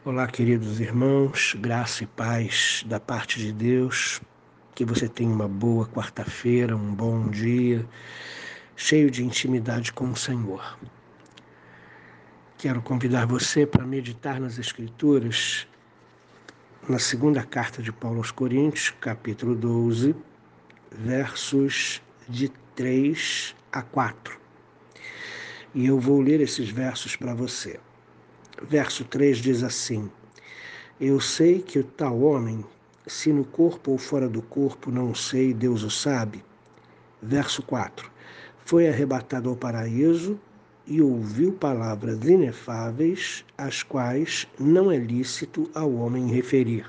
Olá, queridos irmãos, graça e paz da parte de Deus. Que você tenha uma boa quarta-feira, um bom dia, cheio de intimidade com o Senhor. Quero convidar você para meditar nas Escrituras, na segunda carta de Paulo aos Coríntios, capítulo 12, versos de 3 a 4. E eu vou ler esses versos para você. Verso 3 diz assim: Eu sei que o tal homem, se no corpo ou fora do corpo, não sei, Deus o sabe. Verso 4. Foi arrebatado ao paraíso e ouviu palavras inefáveis, as quais não é lícito ao homem referir.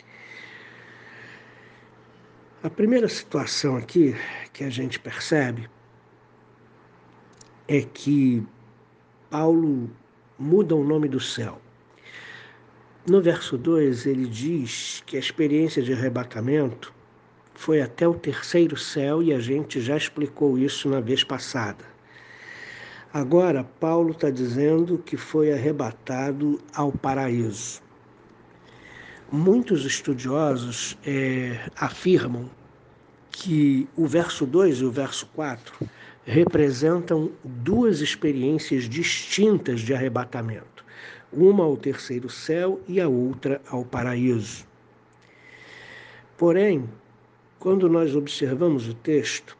A primeira situação aqui que a gente percebe é que Paulo muda o nome do céu. No verso 2, ele diz que a experiência de arrebatamento foi até o terceiro céu e a gente já explicou isso na vez passada. Agora, Paulo está dizendo que foi arrebatado ao paraíso. Muitos estudiosos afirmam que o verso 2 e o verso 4 representam duas experiências distintas de arrebatamento. Uma ao terceiro céu e a outra ao paraíso. Porém, quando nós observamos o texto,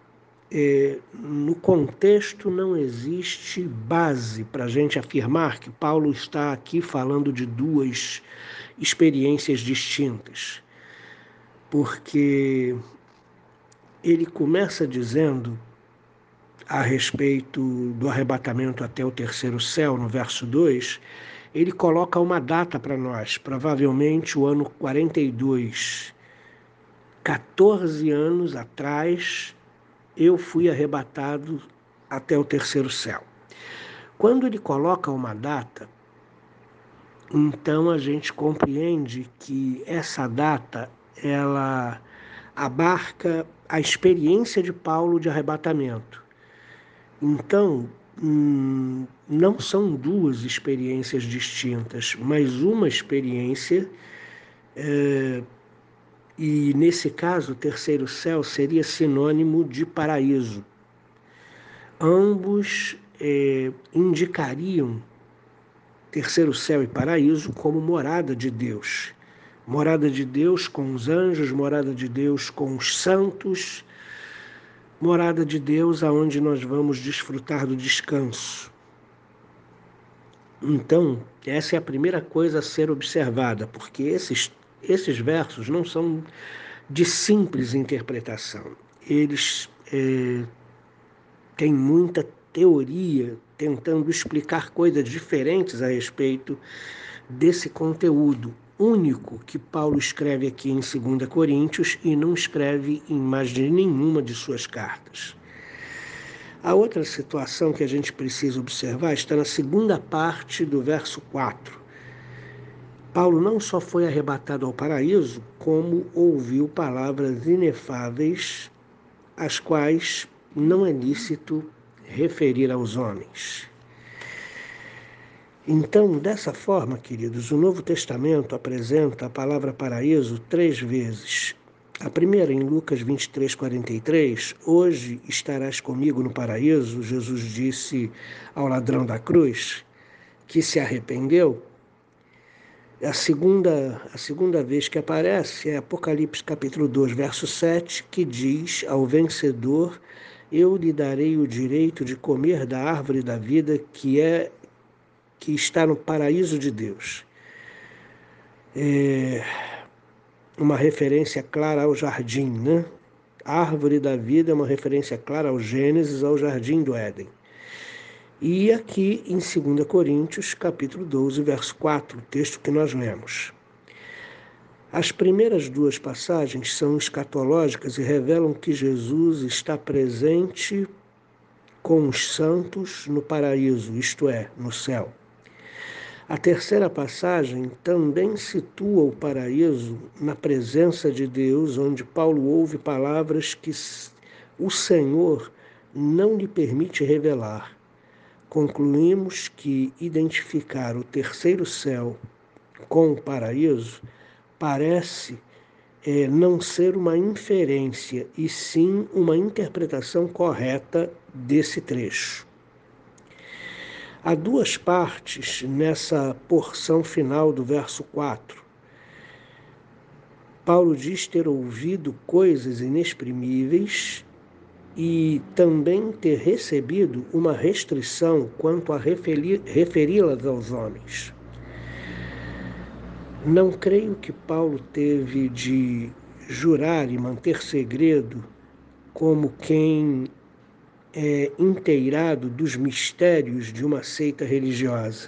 no contexto não existe base para a gente afirmar que Paulo está aqui falando de duas experiências distintas, porque ele começa dizendo a respeito do arrebatamento até o terceiro céu, no verso 2, ele coloca uma data para nós, provavelmente o ano 42. 14 anos atrás, eu fui arrebatado até o terceiro céu. Quando ele coloca uma data, então a gente compreende que essa data ela abarca a experiência de Paulo de arrebatamento. Então, não são duas experiências distintas, mas uma experiência, e nesse caso o terceiro céu seria sinônimo de paraíso. Ambos indicariam terceiro céu e paraíso como morada de Deus. Morada de Deus com os anjos, morada de Deus com os santos, morada de Deus aonde nós vamos desfrutar do descanso. Então, essa é a primeira coisa a ser observada, porque esses versos não são de simples interpretação. Eles têm muita teoria tentando explicar coisas diferentes a respeito desse conteúdo único que Paulo escreve aqui em 2 Coríntios e não escreve em mais de nenhuma de suas cartas. A outra situação que a gente precisa observar está na segunda parte do verso 4. Paulo não só foi arrebatado ao paraíso, como ouviu palavras inefáveis, as quais não é lícito referir aos homens. Então, dessa forma, queridos, o Novo Testamento apresenta a palavra paraíso 3 vezes. A primeira, em Lucas 23:43, hoje estarás comigo no paraíso, Jesus disse ao ladrão da cruz, que se arrependeu. A segunda vez que aparece é Apocalipse capítulo 2, verso 7, que diz ao vencedor, eu lhe darei o direito de comer da árvore da vida que está no paraíso de Deus. Uma referência clara ao jardim, né? A árvore da vida é uma referência clara ao Gênesis, ao jardim do Éden. E aqui em 2 Coríntios, capítulo 12, verso 4, o texto que nós lemos. As primeiras duas passagens são escatológicas e revelam que Jesus está presente com os santos no paraíso, isto é, no céu. A terceira passagem também situa o paraíso na presença de Deus, onde Paulo ouve palavras que o Senhor não lhe permite revelar. Concluímos que identificar o terceiro céu com o paraíso parece não ser uma inferência, e sim uma interpretação correta desse trecho. Há duas partes nessa porção final do verso 4. Paulo diz ter ouvido coisas inexprimíveis e também ter recebido uma restrição quanto a referi-las aos homens. Não creio que Paulo teve de jurar e manter segredo como quem é inteirado dos mistérios de uma seita religiosa.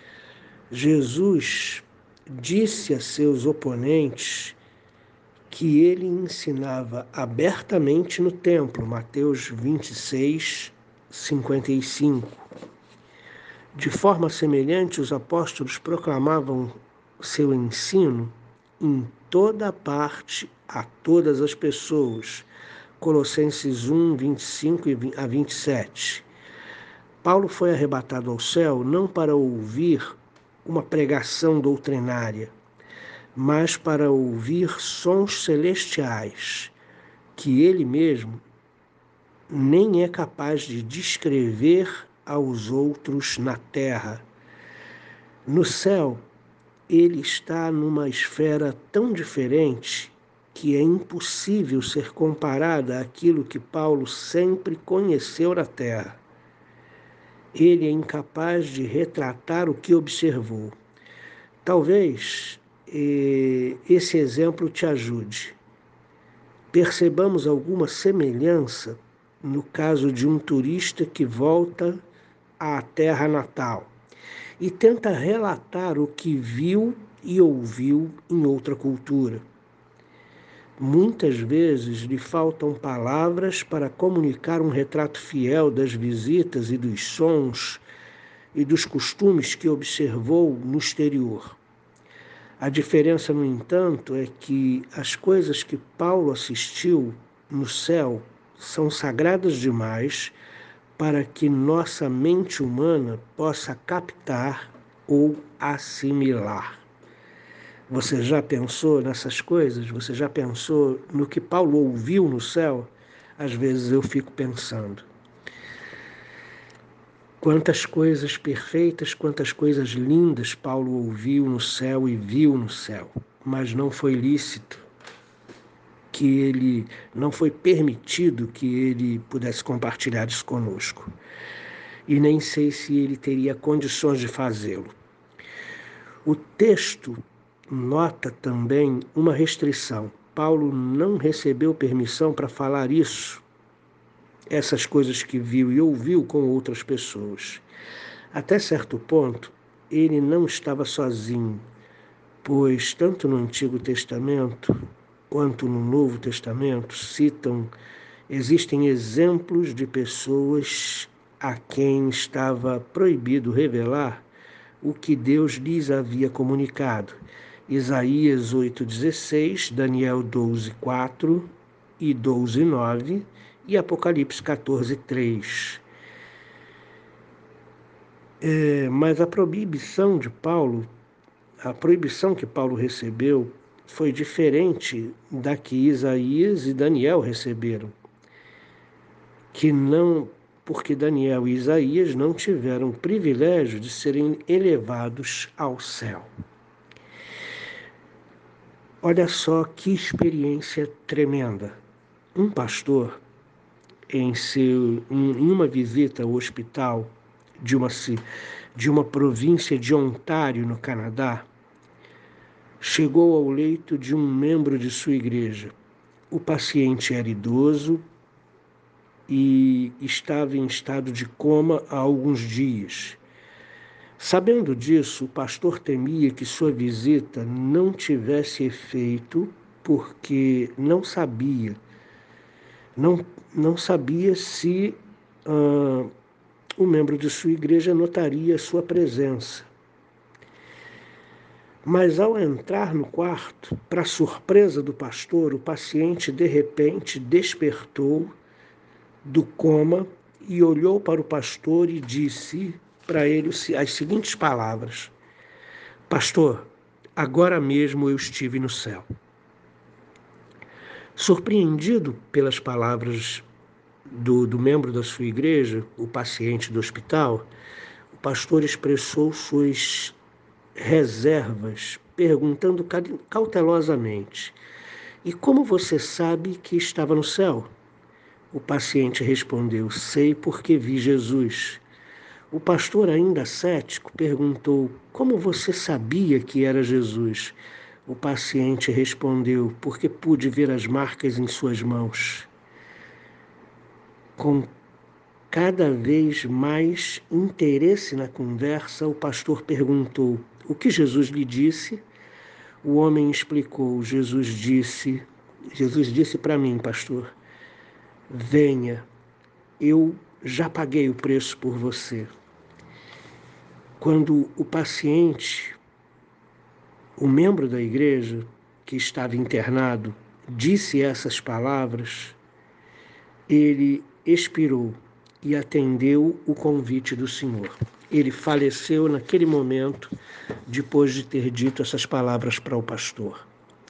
Jesus disse a seus oponentes que ele ensinava abertamente no templo, Mateus 26, 55. De forma semelhante, os apóstolos proclamavam seu ensino em toda parte a todas as pessoas. Colossenses 1, 25 a 27. Paulo foi arrebatado ao céu não para ouvir uma pregação doutrinária, mas para ouvir sons celestiais, que ele mesmo nem é capaz de descrever aos outros na terra. No céu, ele está numa esfera tão diferente que é impossível ser comparada àquilo que Paulo sempre conheceu na terra. Ele é incapaz de retratar o que observou. Talvez esse exemplo te ajude. Percebamos alguma semelhança no caso de um turista que volta à terra natal e tenta relatar o que viu e ouviu em outra cultura. Muitas vezes lhe faltam palavras para comunicar um retrato fiel das visitas e dos sons e dos costumes que observou no exterior. A diferença, no entanto, é que as coisas que Paulo assistiu no céu são sagradas demais para que nossa mente humana possa captar ou assimilar. Você já pensou nessas coisas? Você já pensou no que Paulo ouviu no céu? Às vezes eu fico pensando. Quantas coisas perfeitas, quantas coisas lindas Paulo ouviu no céu e viu no céu, mas não foi lícito não foi permitido que ele pudesse compartilhar isso conosco. E nem sei se ele teria condições de fazê-lo. O texto nota também uma restrição. Paulo não recebeu permissão para falar essas coisas que viu e ouviu com outras pessoas. Até certo ponto, ele não estava sozinho, pois tanto no Antigo Testamento quanto no Novo Testamento existem exemplos de pessoas a quem estava proibido revelar o que Deus lhes havia comunicado. Isaías 8,16, Daniel 12,4 e 12,9 e Apocalipse 14,3. Mas a proibição que Paulo recebeu foi diferente da que Isaías e Daniel receberam, porque Daniel e Isaías não tiveram o privilégio de serem elevados ao céu. Olha só que experiência tremenda. Um pastor, em uma visita ao hospital de uma província de Ontário, no Canadá, chegou ao leito de um membro de sua igreja. O paciente era idoso e estava em estado de coma há alguns dias. Sabendo disso, o pastor temia que sua visita não tivesse efeito porque não sabia se o membro de sua igreja notaria sua presença. Mas ao entrar no quarto, para surpresa do pastor, o paciente de repente despertou do coma e olhou para o pastor e disse para ele as seguintes palavras: Pastor, agora mesmo eu estive no céu. Surpreendido pelas palavras do membro da sua igreja, o paciente do hospital, o pastor expressou suas reservas, perguntando cautelosamente: "E como você sabe que estava no céu?" O paciente respondeu: "Sei porque vi Jesus." O pastor, ainda cético, perguntou: "Como você sabia que era Jesus?" O paciente respondeu: "Porque pude ver as marcas em suas mãos." Com cada vez mais interesse na conversa, o pastor perguntou: "O que Jesus lhe disse?" O homem explicou: Jesus disse para mim, pastor, venha, eu já paguei o preço por você." Quando o paciente, o membro da igreja que estava internado, disse essas palavras, ele expirou e atendeu o convite do Senhor. Ele faleceu naquele momento, depois de ter dito essas palavras para o pastor.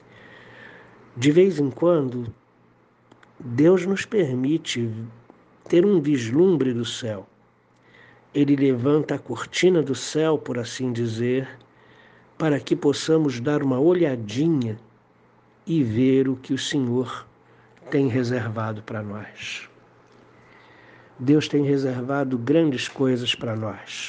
De vez em quando, Deus nos permite ter um vislumbre do céu. Ele levanta a cortina do céu, por assim dizer, para que possamos dar uma olhadinha e ver o que o Senhor tem reservado para nós. Deus tem reservado grandes coisas para nós.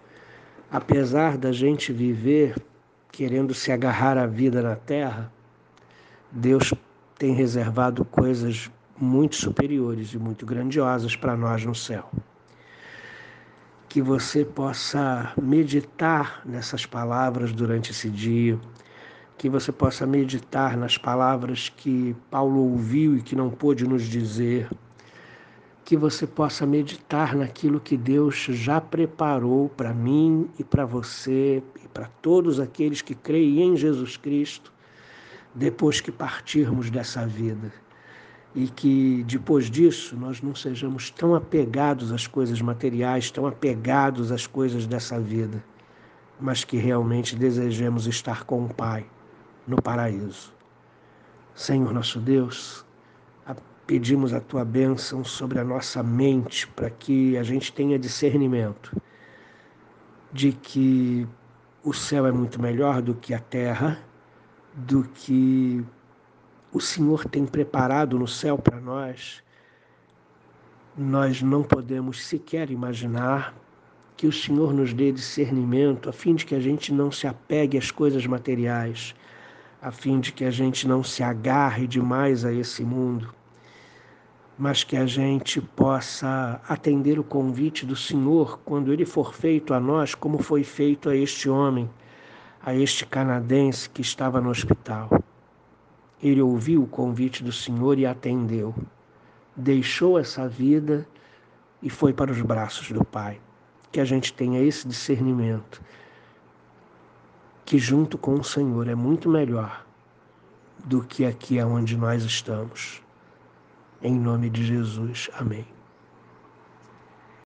Apesar da gente viver querendo se agarrar à vida na terra, Deus tem reservado coisas muito superiores e muito grandiosas para nós no céu. Que você possa meditar nessas palavras durante esse dia, que você possa meditar nas palavras que Paulo ouviu e que não pôde nos dizer, que você possa meditar naquilo que Deus já preparou para mim e para você e para todos aqueles que creem em Jesus Cristo depois que partirmos dessa vida. E que depois disso nós não sejamos tão apegados às coisas materiais, tão apegados às coisas dessa vida, mas que realmente desejemos estar com o Pai no paraíso. Senhor nosso Deus, pedimos a Tua bênção sobre a nossa mente para que a gente tenha discernimento de que o céu é muito melhor do que a terra, do que o Senhor tem preparado no céu para nós. Nós não podemos sequer imaginar. Que o Senhor nos dê discernimento a fim de que a gente não se apegue às coisas materiais, a fim de que a gente não se agarre demais a esse mundo, mas que a gente possa atender o convite do Senhor quando ele for feito a nós, como foi feito a este homem, a este canadense que estava no hospital. Ele ouviu o convite do Senhor e atendeu. Deixou essa vida e foi para os braços do Pai. Que a gente tenha esse discernimento, que junto com o Senhor é muito melhor do que aqui onde nós estamos. Em nome de Jesus. Amém.